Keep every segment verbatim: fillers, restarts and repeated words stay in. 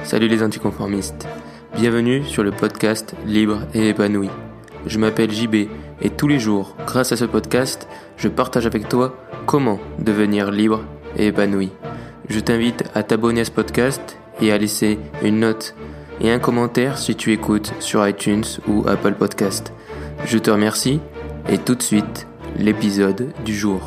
Salut les anticonformistes, bienvenue sur le podcast Libre et épanoui. Je m'appelle J B et tous les jours, grâce à ce podcast, je partage avec toi comment devenir libre et épanoui. Je t'invite à t'abonner à ce podcast et à laisser une note et un commentaire si tu écoutes sur iTunes ou Apple Podcast. Je te remercie et tout de suite, l'épisode du jour.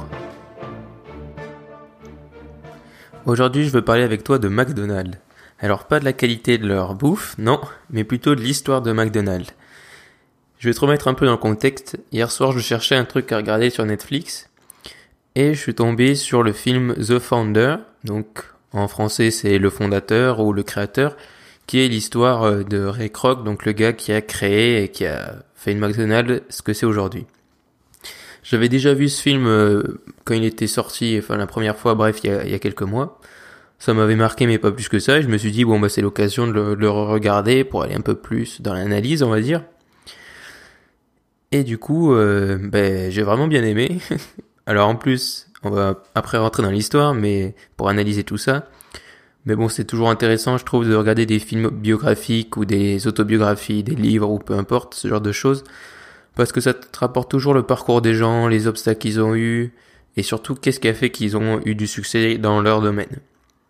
Aujourd'hui, je veux parler avec toi de McDonald's. Alors, pas de la qualité de leur bouffe, non, mais plutôt de l'histoire de McDonald's. Je vais te remettre un peu dans le contexte. Hier soir, je cherchais un truc à regarder sur Netflix et je suis tombé sur le film The Founder. Donc, en français, c'est le fondateur ou le créateur, qui est l'histoire de Ray Kroc, donc le gars qui a créé et qui a fait de McDonald's ce que c'est aujourd'hui. J'avais déjà vu ce film euh, quand il était sorti, enfin la première fois, bref, il y a, il y a quelques mois. Ça m'avait marqué, mais pas plus que ça. Et je me suis dit, bon, bah c'est l'occasion de le, de le regarder pour aller un peu plus dans l'analyse, on va dire. Et du coup, euh, ben, j'ai vraiment bien aimé. Alors en plus, on va après rentrer dans l'histoire, mais pour analyser tout ça. Mais bon, c'est toujours intéressant, je trouve, de regarder des films biographiques ou des autobiographies, des livres ou peu importe, ce genre de choses. Parce que ça te rapporte toujours le parcours des gens, les obstacles qu'ils ont eus, et surtout, qu'est-ce qui a fait qu'ils ont eu du succès dans leur domaine.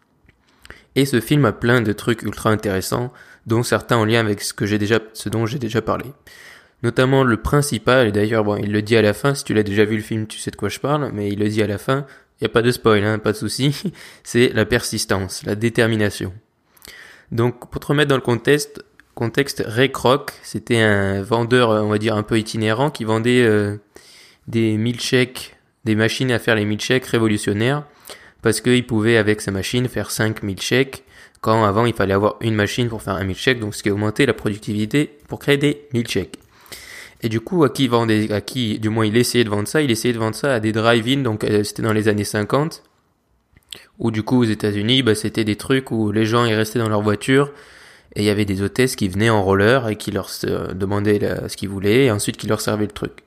Et ce film a plein de trucs ultra intéressants, dont certains en lien avec ce que j'ai déjà, ce dont j'ai déjà parlé. Notamment le principal, et d'ailleurs, bon, il le dit à la fin, si tu l'as déjà vu le film, tu sais de quoi je parle, mais il le dit à la fin, il n'y a pas de spoil, hein, pas de souci, c'est la persistance, la détermination. Donc, pour te remettre dans le contexte, contexte, Ray Kroc, c'était un vendeur, on va dire, un peu itinérant, qui vendait euh, des milkshakes, des machines à faire les milkshakes révolutionnaires, parce qu'il pouvait, avec sa machine, faire cinq milkshakes, quand avant, il fallait avoir une machine pour faire un milkshake, donc ce qui a augmenté la productivité pour créer des milkshakes. Et du coup, à qui vendait, à qui, du moins, il essayait de vendre ça, il essayait de vendre ça à des drive-in, donc euh, c'était dans les années cinquante, où du coup, aux États-Unis, bah, c'était des trucs où les gens, ils restaient dans leur voiture, et il y avait des hôtesses qui venaient en roller et qui leur euh, demandaient la, ce qu'ils voulaient, et ensuite qui leur servaient le truc.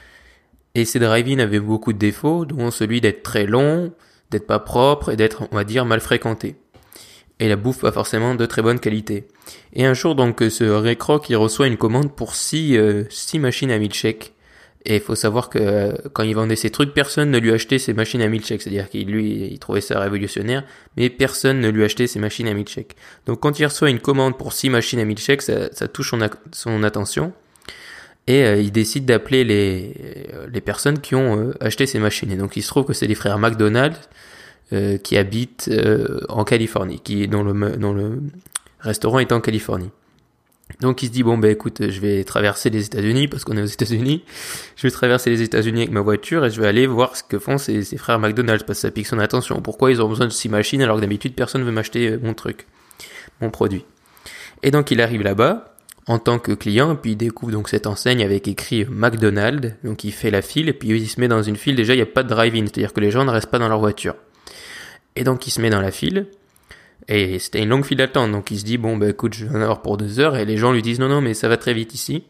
Et ces drive-in avaient beaucoup de défauts, dont celui d'être très long, d'être pas propre et d'être, on va dire, mal fréquenté. Et la bouffe pas forcément de très bonne qualité. Et un jour, donc, ce Ray Kroc, il reçoit une commande pour six, euh, six machines à milkshake. Et il faut savoir que euh, quand il vendait ses trucs, personne ne lui achetait ses machines à milkshake. C'est-à-dire qu'il lui, il trouvait ça révolutionnaire, mais personne ne lui achetait ses machines à milkshake. Donc quand il reçoit une commande pour six machines à milkshake, ça, ça touche son, son attention. Et euh, il décide d'appeler les, les personnes qui ont euh, acheté ces machines. Et donc il se trouve que c'est les frères McDonald's euh, qui habitent euh, en Californie, qui dont le, dont le restaurant est en Californie. Donc il se dit, bon bah écoute, je vais traverser les États-Unis, parce qu'on est aux États-Unis, je vais traverser les États-Unis avec ma voiture et je vais aller voir ce que font ces, ces frères McDonald's, parce que ça pique son attention. Pourquoi ils ont besoin de six machines alors que d'habitude personne ne veut m'acheter mon truc, mon produit. Et donc il arrive là-bas en tant que client, et puis il découvre donc cette enseigne avec écrit McDonald's, donc il fait la file, et puis il se met dans une file, déjà il n'y a pas de drive-in, c'est-à-dire que les gens ne restent pas dans leur voiture. Et donc il se met dans la file, et c'était une longue file d'attente, donc il se dit, bon bah écoute, je vais en avoir pour deux heures, et les gens lui disent, non non mais ça va très vite ici.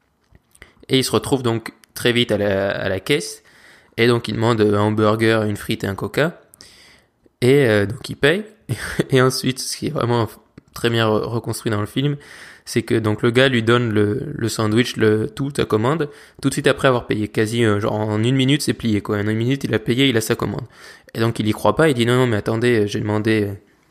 Et il se retrouve donc très vite à la, à la caisse, et donc il demande un hamburger, une frite et un coca, et euh, donc il paye, et ensuite, ce qui est vraiment très bien reconstruit dans le film, c'est que donc le gars lui donne le, le sandwich, le tout, sa commande, tout de suite après avoir payé, quasi euh, genre en une minute c'est plié quoi, en une minute il a payé, il a sa commande. Et donc il y croit pas, il dit non non mais attendez, j'ai demandé,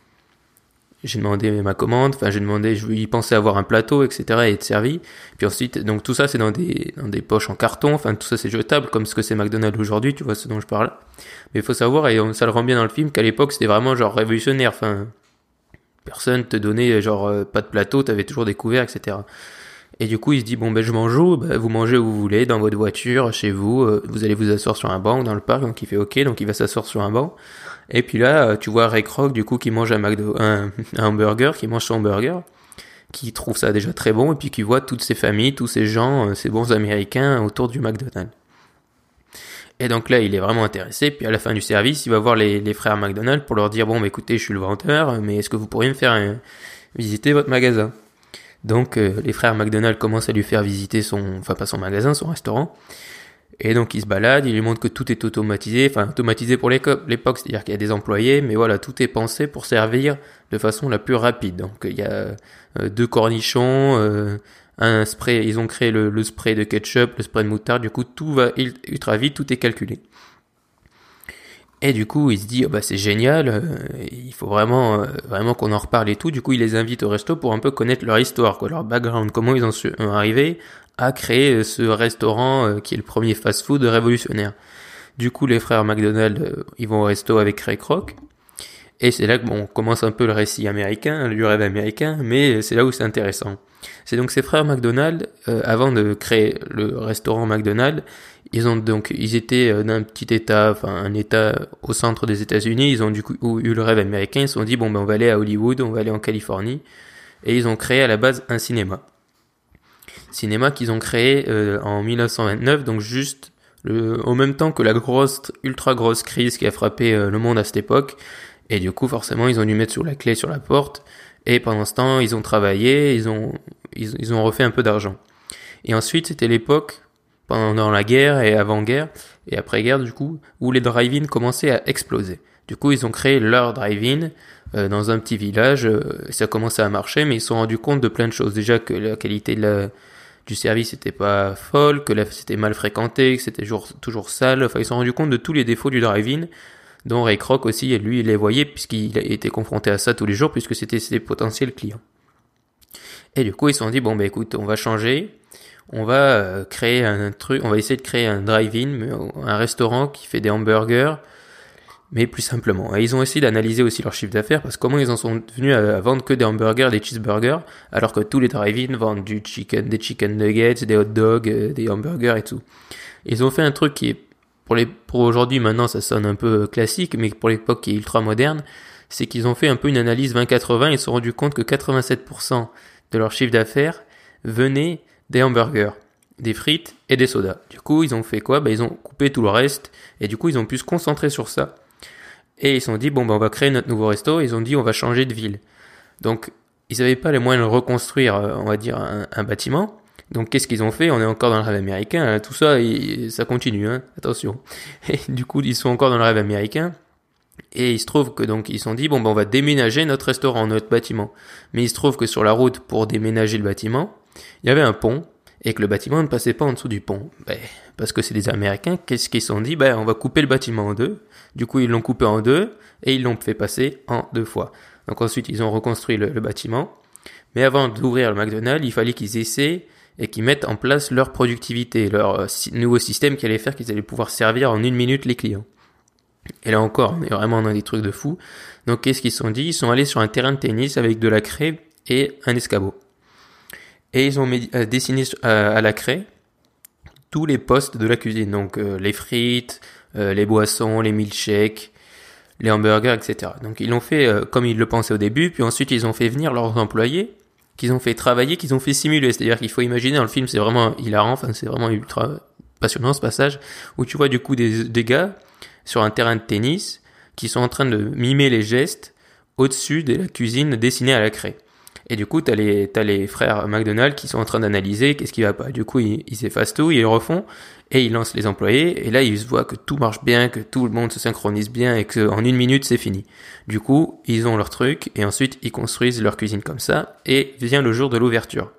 j'ai demandé ma commande, enfin j'ai demandé, je il pensais avoir un plateau, et cetera et être servi. Puis ensuite donc tout ça c'est dans des dans des poches en carton, enfin tout ça c'est jetable comme ce que c'est McDonald's aujourd'hui, tu vois ce dont je parle. Mais il faut savoir, et on, ça le rend bien dans le film, qu'à l'époque c'était vraiment genre révolutionnaire, enfin personne te donnait genre euh, pas de plateau, t'avais toujours des couverts, et cetera. Et du coup, il se dit, bon ben je mange où, ben, vous mangez où vous voulez, dans votre voiture, chez vous, euh, vous allez vous asseoir sur un banc dans le parc, donc il fait ok, donc il va s'asseoir sur un banc. Et puis là, euh, tu vois Ray Kroc, du coup, qui mange un McDo, un, un hamburger, qui mange son hamburger, qui trouve ça déjà très bon, et puis qui voit toutes ces familles, tous ces gens, euh, ces bons Américains autour du McDonald's. Et donc là, il est vraiment intéressé. Puis à la fin du service, il va voir les, les frères McDonald's pour leur dire, bon, bah, écoutez, je suis le vendeur, mais est-ce que vous pourriez me faire un, visiter votre magasin? Donc euh, les frères McDonald's commencent à lui faire visiter son, enfin pas son magasin, son restaurant. Et donc il se balade, il lui montre que tout est automatisé, enfin automatisé pour l'éco- l'époque, c'est-à-dire qu'il y a des employés, mais voilà, tout est pensé pour servir de façon la plus rapide. Donc il y a euh, deux cornichons, euh, un spray, ils ont créé le, le spray de ketchup, le spray de moutarde, du coup tout va ul- ultra vite, tout est calculé. Et du coup, il se dit, oh bah c'est génial, euh, il faut vraiment, euh, vraiment qu'on en reparle et tout. Du coup, il les invite au resto pour un peu connaître leur histoire, quoi, leur background, comment ils en sont arrivés à créer euh, ce restaurant euh, qui est le premier fast-food révolutionnaire. Du coup, les frères McDonald, euh, ils vont au resto avec Ray Kroc. Et c'est là que bon, on commence un peu le récit américain, le rêve américain, mais c'est là où c'est intéressant. C'est donc ces frères McDonald, euh, avant de créer le restaurant McDonald, ils ont donc, ils étaient euh, d'un petit état, enfin un état au centre des États-Unis. Ils ont du coup eu le rêve américain. Ils se sont dit bon ben on va aller à Hollywood, on va aller en Californie, et ils ont créé à la base un cinéma, cinéma qu'ils ont créé euh, en mille neuf cent vingt-neuf, donc juste le, au même temps que la grosse, ultra grosse crise qui a frappé euh, le monde à cette époque. Et du coup, forcément, ils ont dû mettre sur la clé sur la porte. Et pendant ce temps, ils ont travaillé, ils ont, ils, ils ont refait un peu d'argent. Et ensuite, c'était l'époque, pendant la guerre et avant-guerre, et après-guerre, du coup, où les drive-in commençaient à exploser. Du coup, ils ont créé leur drive-in euh, dans un petit village. Euh, ça commençait à marcher, mais ils se sont rendus compte de plein de choses. Déjà que la qualité de la, du service n'était pas folle, que la, c'était mal fréquenté, que c'était toujours, toujours sale. Enfin, ils se sont rendus compte de tous les défauts du drive-in, dont Ray Kroc aussi, et lui, il les voyait puisqu'il était confronté à ça tous les jours, puisque c'était ses potentiels clients. Et du coup, ils se sont dit, bon, bah écoute, on va changer, on va euh, créer un truc, on va essayer de créer un drive-in, un restaurant qui fait des hamburgers, mais plus simplement. Et ils ont essayé d'analyser aussi leur chiffre d'affaires, parce que comment ils en sont venus à, à vendre que des hamburgers, des cheeseburgers, alors que tous les drive-in vendent du chicken, des chicken nuggets, des hot dogs, euh, des hamburgers et tout. Ils ont fait un truc qui est Pour, les, pour aujourd'hui, maintenant, ça sonne un peu classique, mais pour l'époque qui est ultra moderne, c'est qu'ils ont fait un peu une analyse vingt quatre-vingts et ils se sont rendus compte que quatre-vingt-sept pour cent de leur chiffre d'affaires venait des hamburgers, des frites et des sodas. Du coup, ils ont fait quoi? Bah, ils ont coupé tout le reste et du coup, ils ont pu se concentrer sur ça. Et ils se sont dit, bon, bah, on va créer notre nouveau resto. Ils ont dit, on va changer de ville. Donc, ils n'avaient pas les moyens de reconstruire, on va dire, un, un bâtiment. Donc qu'est-ce qu'ils ont fait? On est encore dans le rêve américain, tout ça, et ça continue, hein, attention. Et du coup, ils sont encore dans le rêve américain, et il se trouve que donc ils se sont dit, bon ben on va déménager notre restaurant, notre bâtiment. Mais il se trouve que sur la route pour déménager le bâtiment, il y avait un pont, et que le bâtiment ne passait pas en dessous du pont. Ben, parce que c'est des Américains, qu'est-ce qu'ils se sont dit? Ben on va couper le bâtiment en deux. Du coup ils l'ont coupé en deux, et ils l'ont fait passer en deux fois. Donc ensuite ils ont reconstruit le, le bâtiment. Mais avant d'ouvrir le McDonald's, il fallait qu'ils essaient et qui mettent en place leur productivité, leur euh, si, nouveau système qui allait faire qu'ils allaient pouvoir servir en une minute les clients. Et là encore, on est vraiment dans des trucs de fou. Donc qu'est-ce qu'ils se sont dit? Ils sont allés sur un terrain de tennis avec de la craie et un escabeau. Et ils ont médi- euh, dessiné euh, à la craie tous les postes de la cuisine. Donc euh, les frites, euh, les boissons, les milkshakes, les hamburgers, et cetera. Donc ils l'ont fait euh, comme ils le pensaient au début, puis ensuite ils ont fait venir leurs employés, qu'ils ont fait travailler, qu'ils ont fait simuler. C'est-à-dire qu'il faut imaginer, dans le film, c'est vraiment hilarant, enfin, c'est vraiment ultra passionnant, ce passage, où tu vois, du coup, des, des gars sur un terrain de tennis, qui sont en train de mimer les gestes au-dessus de la cuisine dessinée à la craie. Et du coup, t'as les, t'as les frères McDonald qui sont en train d'analyser qu'est-ce qui va pas. Du coup, ils, ils effacent tout, ils le refont, et ils lancent les employés, et là, ils voient que tout marche bien, que tout le monde se synchronise bien, et qu'en une minute, c'est fini. Du coup, ils ont leur truc, et ensuite, ils construisent leur cuisine comme ça, et vient le jour de l'ouverture.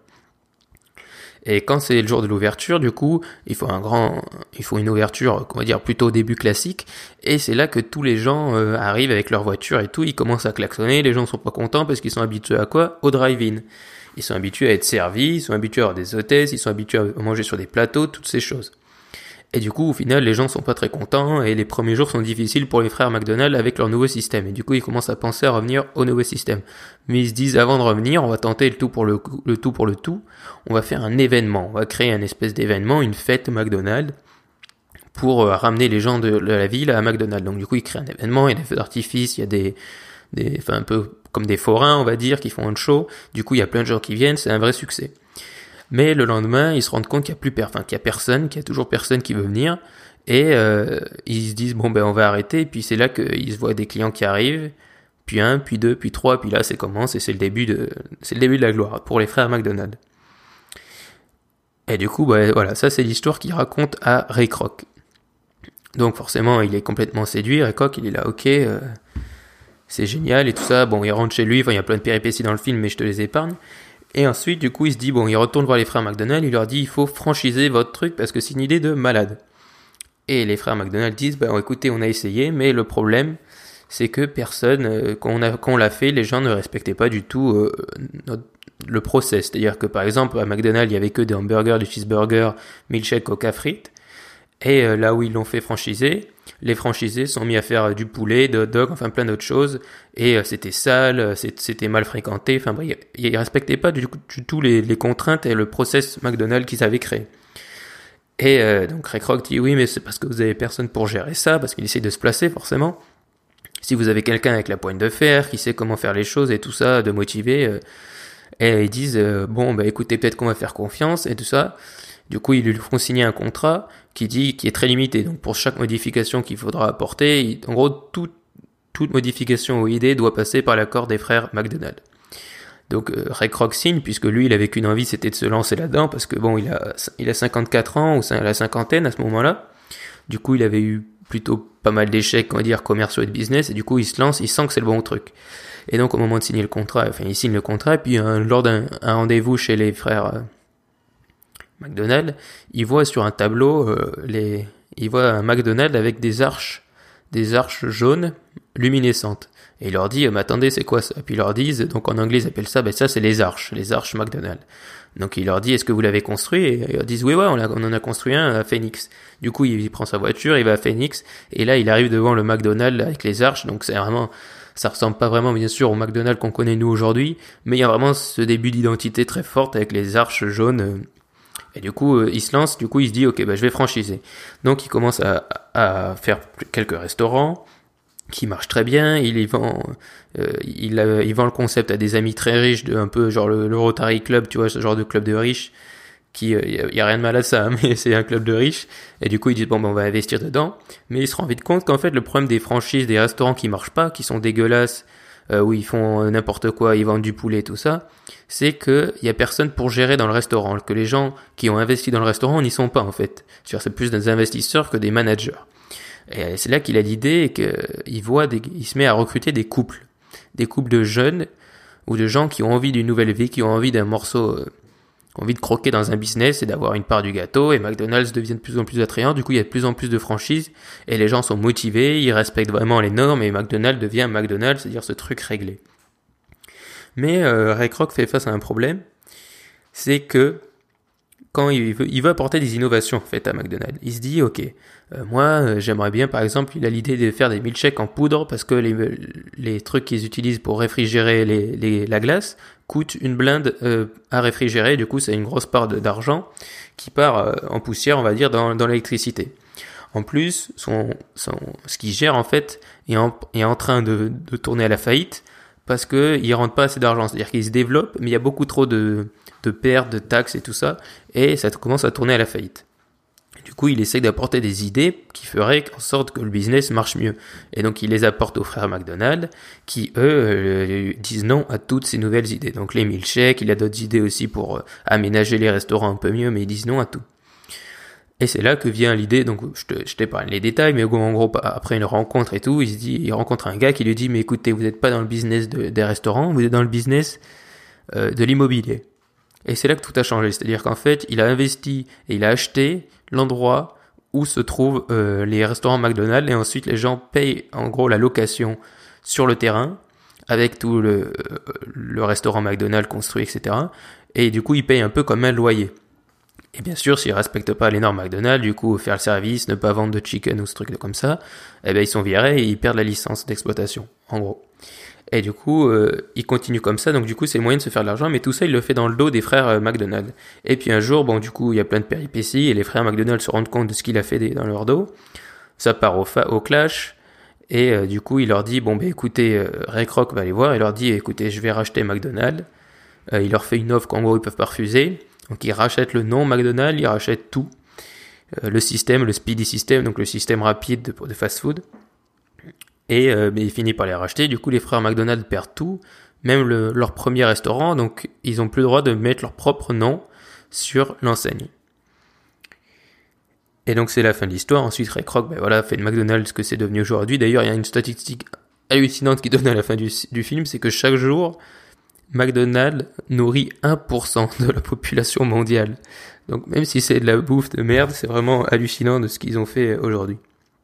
Et quand c'est le jour de l'ouverture, du coup, il faut un grand, il faut une ouverture, on va dire plutôt au début classique, et c'est là que tous les gens euh, arrivent avec leur voiture et tout, ils commencent à klaxonner, les gens sont pas contents parce qu'ils sont habitués à quoi? Au drive-in. Ils sont habitués à être servis, ils sont habitués à avoir des hôtesses, ils sont habitués à manger sur des plateaux, toutes ces choses. Et du coup, au final, les gens sont pas très contents et les premiers jours sont difficiles pour les frères McDonald avec leur nouveau système. Et du coup, ils commencent à penser à revenir au nouveau système. Mais ils se disent, avant de revenir, on va tenter le tout pour le, le tout pour le tout. On va faire un événement. On va créer un espèce d'événement, une fête McDonald's pour euh, ramener les gens de, de la ville à McDonald's. Donc du coup, ils créent un événement, il y a des feux d'artifice, il y a des, des, enfin un peu comme des forains, on va dire, qui font un show. Du coup, il y a plein de gens qui viennent, c'est un vrai succès. Mais le lendemain, ils se rendent compte qu'il y a plus per... enfin, qu'il y a personne, qu'il y a toujours personne qui veut venir. Et euh, ils se disent, bon, ben on va arrêter. Et puis c'est là qu'ils se voient des clients qui arrivent. Puis un, puis deux, puis trois. Puis là, c'est commence. Et c'est le début de, c'est le début de la gloire pour les frères McDonald. Et du coup, bah, voilà, ça c'est l'histoire qu'il raconte à Ray Kroc. Donc forcément, il est complètement séduit. Ray Kroc, il est là, ok, euh, c'est génial et tout ça. Bon, il rentre chez lui, enfin, il y a plein de péripéties dans le film, mais je te les épargne. Et ensuite, du coup, il se dit, bon, il retourne voir les frères McDonald, il leur dit, il faut franchiser votre truc parce que c'est une idée de malade. Et les frères McDonald disent, bah écoutez, on a essayé, mais le problème, c'est que personne, euh, quand, on a, quand on l'a fait, les gens ne respectaient pas du tout euh, notre, le process. C'est-à-dire que par exemple, à McDonald's, il y avait que des hamburgers, des cheeseburgers, milkshake, coca frites. Et euh, là où ils l'ont fait franchiser, les franchisés sont mis à faire du poulet, de hot dog, enfin plein d'autres choses. Et euh, c'était sale, c'était mal fréquenté. Enfin bref, ils ne respectaient pas du, du tout les, les contraintes et le process McDonald's qu'ils avaient créé. Et euh, donc Ray Kroc dit oui, mais c'est parce que vous avez personne pour gérer ça, parce qu'il essaie de se placer forcément. Si vous avez quelqu'un avec la poigne de fer, qui sait comment faire les choses et tout ça, de motiver, euh, et ils disent euh, bon bah écoutez, peut-être qu'on va faire confiance et tout ça. Du coup, ils lui font signer un contrat qui dit qui est très limité. Donc pour chaque modification qu'il faudra apporter, il, en gros tout, toute modification ou idée doit passer par l'accord des frères McDonald. Donc euh, Ray Kroc signe, puisque lui il avait qu'une envie, c'était de se lancer là-dedans, parce que bon, il a il a cinquante-quatre ans ou la cinquantaine à ce moment-là. Du coup, il avait eu plutôt pas mal d'échecs, on va dire, commerciaux et de business, et du coup, il se lance, il sent que c'est le bon truc. Et donc, au moment de signer le contrat, enfin, il signe le contrat, et puis un, lors d'un un rendez-vous chez les frères euh, McDonald, il voit sur un tableau euh, les, il voit un McDonald's avec des arches, des arches jaunes luminescentes. Et il leur dit, mais attendez, c'est quoi ça? Et puis ils leur disent, donc en anglais ils appellent ça, ben ça c'est les arches, les arches McDonald's. Donc il leur dit, est-ce que vous l'avez construit? Et ils leur disent, oui, ouais, on, on en a construit un à Phoenix. Du coup, il, il prend sa voiture, il va à Phoenix, et là il arrive devant le McDonald's avec les arches, donc c'est vraiment, ça ressemble pas vraiment bien sûr au McDonald's qu'on connaît nous aujourd'hui, mais il y a vraiment ce début d'identité très forte avec les arches jaunes. Et du coup, euh, il se lance, du coup il se dit, ok, bah, je vais franchiser. Donc il commence à, à faire quelques restaurants, qui marche très bien, il y vend, euh, il, a, il vend le concept à des amis très riches, de, un peu genre le, le Rotary Club, tu vois, ce genre de club de riches, qui, il euh, y, y a rien de mal à ça, hein, mais c'est un club de riches, et du coup ils disent bon ben on va investir dedans, mais ils se rendent vite compte qu'en fait le problème des franchises, des restaurants qui marchent pas, qui sont dégueulasses, euh, où ils font n'importe quoi, ils vendent du poulet, tout ça, c'est que il y a personne pour gérer dans le restaurant, que les gens qui ont investi dans le restaurant n'y sont pas en fait, c'est-à-dire c'est plus des investisseurs que des managers. Et c'est là qu'il a l'idée et qu'il voit des, il se met à recruter des couples, des couples de jeunes ou de gens qui ont envie d'une nouvelle vie, qui ont envie d'un morceau, euh, envie de croquer dans un business et d'avoir une part du gâteau. Et McDonald's devient de plus en plus attrayant. Du coup, il y a de plus en plus de franchises et les gens sont motivés, ils respectent vraiment les normes et McDonald's devient McDonald's, c'est-à-dire ce truc réglé. Mais euh, Ray Kroc fait face à un problème, c'est que quand il veut, il veut apporter des innovations en fait à McDonald's. Il se dit ok, euh, moi euh, j'aimerais bien par exemple, il a l'idée de faire des milkshakes en poudre parce que les les trucs qu'ils utilisent pour réfrigérer les, les la glace coûtent une blinde euh, à réfrigérer. Du coup, c'est une grosse part de, d'argent qui part euh, en poussière, on va dire, dans dans l'électricité. En plus, son son ce qu'il gère en fait est en est en train de de tourner à la faillite parce que il rentre pas assez d'argent. C'est-à-dire qu'il se développe, mais il y a beaucoup trop de de pertes, de taxes et tout ça, et ça commence à tourner à la faillite. Du coup, il essaye d'apporter des idées qui feraient en sorte que le business marche mieux. Et donc, il les apporte aux frères McDonald, qui, eux, euh, disent non à toutes ces nouvelles idées. Donc, les milkshakes, il a d'autres idées aussi pour euh, aménager les restaurants un peu mieux, mais ils disent non à tout. Et c'est là que vient l'idée, donc je, te, je t'épargne les détails, mais en gros, après une rencontre et tout, il se dit, il rencontre un gars qui lui dit, mais écoutez, vous n'êtes pas dans le business de, des restaurants, vous êtes dans le business euh, de l'immobilier. Et c'est là que tout a changé, c'est-à-dire qu'en fait, il a investi et il a acheté l'endroit où se trouvent euh, les restaurants McDonald's et ensuite les gens payent en gros la location sur le terrain avec tout le, euh, le restaurant McDonald's construit, et cetera. Et du coup, ils payent un peu comme un loyer. Et bien sûr, s'ils respectent pas les normes McDonald's, du coup, faire le service, ne pas vendre de chicken ou ce truc comme ça, eh ben ils sont virés et ils perdent la licence d'exploitation, en gros. Et du coup, euh, il continue comme ça, donc du coup, c'est le moyen de se faire de l'argent, mais tout ça, il le fait dans le dos des frères euh, McDonald. Et puis un jour, bon, du coup, il y a plein de péripéties, et les frères McDonald se rendent compte de ce qu'il a fait des, dans leur dos. Ça part au, fa- au clash, et euh, du coup, il leur dit, bon, ben écoutez, euh, Ray Kroc va les voir, il leur dit, écoutez, je vais racheter McDonald. Euh, il leur fait une offre qu'en gros, ils peuvent pas refuser. Donc, il rachète le nom McDonald, il rachète tout. Euh, le système, le speedy system, donc le système rapide de, de fast-food. Et euh, mais il finit par les racheter. Du coup, les frères McDonald perdent tout, même le, leur premier restaurant. Donc, ils ont plus le droit de mettre leur propre nom sur l'enseigne. Et donc c'est la fin de l'histoire. Ensuite Ray Kroc, ben voilà, fait de McDonald's ce que c'est devenu aujourd'hui. D'ailleurs, il y a une statistique hallucinante qui donne à la fin du, du film, c'est que chaque jour, McDonald's nourrit un pour cent de la population mondiale. Donc même si c'est de la bouffe de merde, c'est vraiment hallucinant de ce qu'ils ont fait aujourd'hui.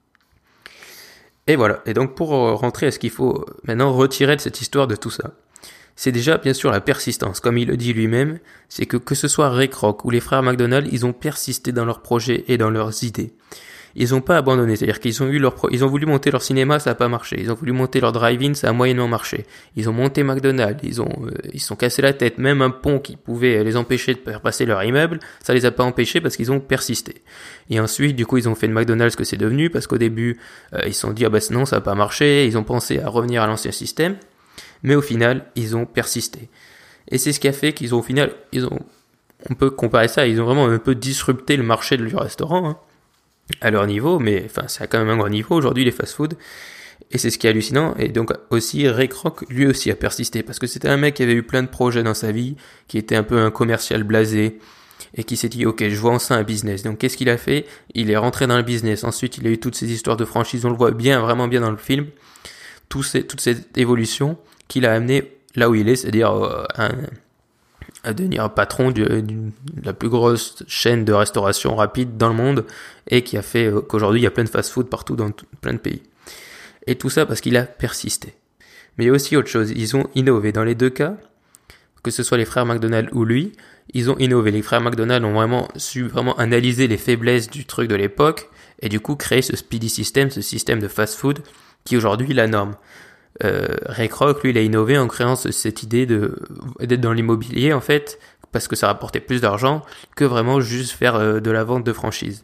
Et voilà. Et donc pour rentrer à ce qu'il faut maintenant retirer de cette histoire de tout ça, c'est déjà bien sûr la persistance. Comme il le dit lui-même, c'est que que ce soit Ray Kroc ou les frères McDonald, ils ont persisté dans leurs projets et dans leurs idées. Ils n'ont pas abandonné, c'est-à-dire qu'ils ont eu leur pro- ils ont voulu monter leur cinéma, ça n'a pas marché. Ils ont voulu monter leur drive-in, ça a moyennement marché. Ils ont monté McDonald's, ils ont euh, ils se sont cassés la tête. Même un pont qui pouvait les empêcher de faire passer leur immeuble, ça les a pas empêchés parce qu'ils ont persisté. Et ensuite, du coup, ils ont fait de McDonald's ce que c'est devenu parce qu'au début, euh, ils se sont dit ah bah non, ça n'a pas marché. Ils ont pensé à revenir à l'ancien système, mais au final, ils ont persisté. Et c'est ce qui a fait qu'ils ont au final, ils ont, on peut comparer ça, ils ont vraiment un peu disrupté le marché du restaurant. Hein. À leur niveau, mais enfin c'est quand même un grand niveau aujourd'hui les fast-food, et c'est ce qui est hallucinant. Et donc aussi Ray Kroc lui aussi a persisté parce que c'était un mec qui avait eu plein de projets dans sa vie, qui était un peu un commercial blasé et qui s'est dit ok je vois en ça un business. Donc qu'est-ce qu'il a fait? Il est rentré dans le business. Ensuite il a eu toutes ces histoires de franchise, on le voit bien vraiment bien dans le film, tout ces, toute cette évolution qu'il a amené là où il est, c'est-à-dire euh, un à devenir patron de, de la plus grosse chaîne de restauration rapide dans le monde et qui a fait euh, qu'aujourd'hui il y a plein de fast-food partout dans tout, plein de pays. Et tout ça parce qu'il a persisté. Mais il y a aussi autre chose, ils ont innové. Dans les deux cas, que ce soit les frères McDonald ou lui, ils ont innové. Les frères McDonald ont vraiment su vraiment analyser les faiblesses du truc de l'époque et du coup créer ce speedy system, ce système de fast-food qui est aujourd'hui la norme. Euh, Ray Kroc, lui, il a innové en créant ce, cette idée de d'être dans l'immobilier en fait, parce que ça rapportait plus d'argent que vraiment juste faire euh, de la vente de franchise.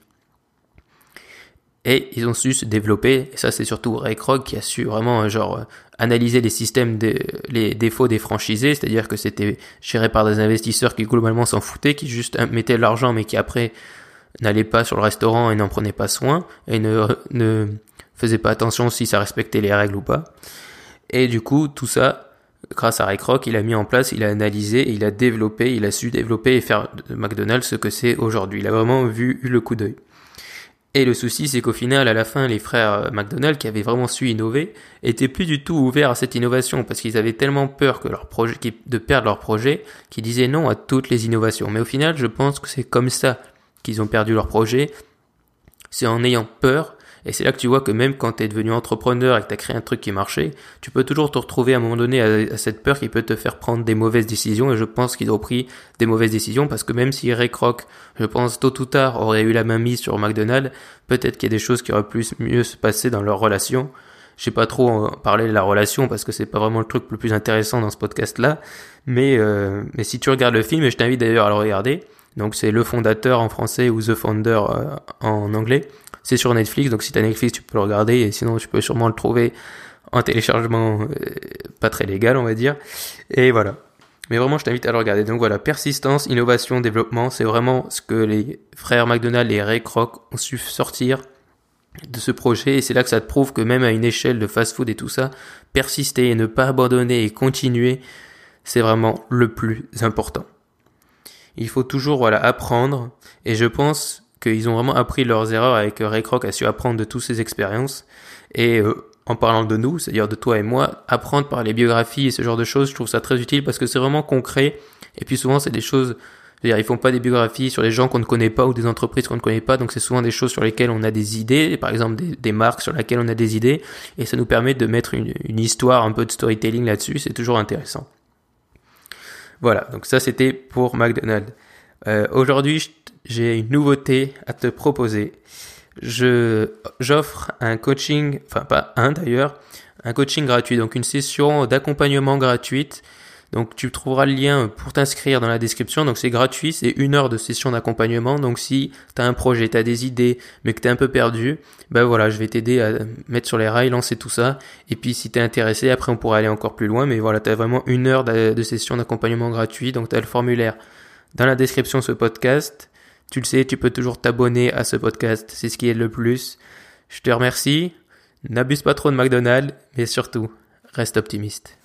Et ils ont su se développer, et ça c'est surtout Ray Kroc qui a su vraiment genre euh, analyser les systèmes, de, les défauts des franchisés, c'est-à-dire que c'était géré par des investisseurs qui globalement s'en foutaient, qui juste mettaient de l'argent mais qui après n'allaient pas sur le restaurant et n'en prenaient pas soin, et ne, ne faisaient pas attention si ça respectait les règles ou pas. Et du coup, tout ça, grâce à Ray Kroc, il a mis en place, il a analysé, il a développé, il a su développer et faire de McDonald's ce que c'est aujourd'hui. Il a vraiment vu, eu le coup d'œil. Et le souci, c'est qu'au final, à la fin, les frères McDonald, qui avaient vraiment su innover, étaient plus du tout ouverts à cette innovation, parce qu'ils avaient tellement peur que leur projet, de perdre leur projet, qu'ils disaient non à toutes les innovations. Mais au final, je pense que c'est comme ça qu'ils ont perdu leur projet. C'est en ayant peur. Et c'est là que tu vois que même quand t'es devenu entrepreneur et que t'as créé un truc qui marchait, tu peux toujours te retrouver à un moment donné à, à cette peur qui peut te faire prendre des mauvaises décisions. Et je pense qu'ils ont pris des mauvaises décisions parce que même si Ray Kroc, je pense tôt ou tard, aurait eu la main mise sur McDonald's, peut-être qu'il y a des choses qui auraient pu mieux se passer dans leur relation. Je sais pas trop parler de la relation parce que c'est pas vraiment le truc le plus intéressant dans ce podcast-là. Mais, euh, mais si tu regardes le film, et je t'invite d'ailleurs à le regarder, donc c'est Le Fondateur en français ou The Founder euh, en anglais. C'est sur Netflix, donc si t'as Netflix, tu peux le regarder, et sinon tu peux sûrement le trouver en téléchargement euh, pas très légal, on va dire. Et voilà. Mais vraiment, je t'invite à le regarder. Donc voilà, persistance, innovation, développement, c'est vraiment ce que les frères McDonald et Ray Kroc ont su sortir de ce projet, et c'est là que ça te prouve que même à une échelle de fast-food et tout ça, persister et ne pas abandonner et continuer, c'est vraiment le plus important. Il faut toujours, voilà, apprendre, et je pense qu'ils ont vraiment appris leurs erreurs avec Ray Kroc, a su apprendre de toutes ces expériences. Et euh, en parlant de nous, c'est-à-dire de toi et moi, apprendre par les biographies et ce genre de choses, je trouve ça très utile parce que c'est vraiment concret. Et puis souvent, c'est des choses, c'est-à-dire ils font pas des biographies sur des gens qu'on ne connaît pas ou des entreprises qu'on ne connaît pas. Donc c'est souvent des choses sur lesquelles on a des idées, par exemple des, des marques sur lesquelles on a des idées. Et ça nous permet de mettre une, une histoire, un peu de storytelling là-dessus. C'est toujours intéressant. Voilà, donc ça c'était pour McDonald's. Euh, aujourd'hui, j'ai une nouveauté à te proposer. Je, j'offre un coaching, enfin pas un d'ailleurs, un coaching gratuit, donc une session d'accompagnement gratuite. Donc tu trouveras le lien pour t'inscrire dans la description. Donc c'est gratuit, c'est une heure de session d'accompagnement. Donc si t'as un projet, t'as des idées, mais que t'es un peu perdu, ben voilà, je vais t'aider à mettre sur les rails, lancer tout ça. Et puis si t'es intéressé, après on pourra aller encore plus loin. Mais voilà, t'as vraiment une heure de, de session d'accompagnement gratuit. Donc t'as le formulaire dans la description de ce podcast. Tu le sais, tu peux toujours t'abonner à ce podcast, c'est ce qui est le plus. Je te remercie, n'abuse pas trop de McDonald's, mais surtout, reste optimiste.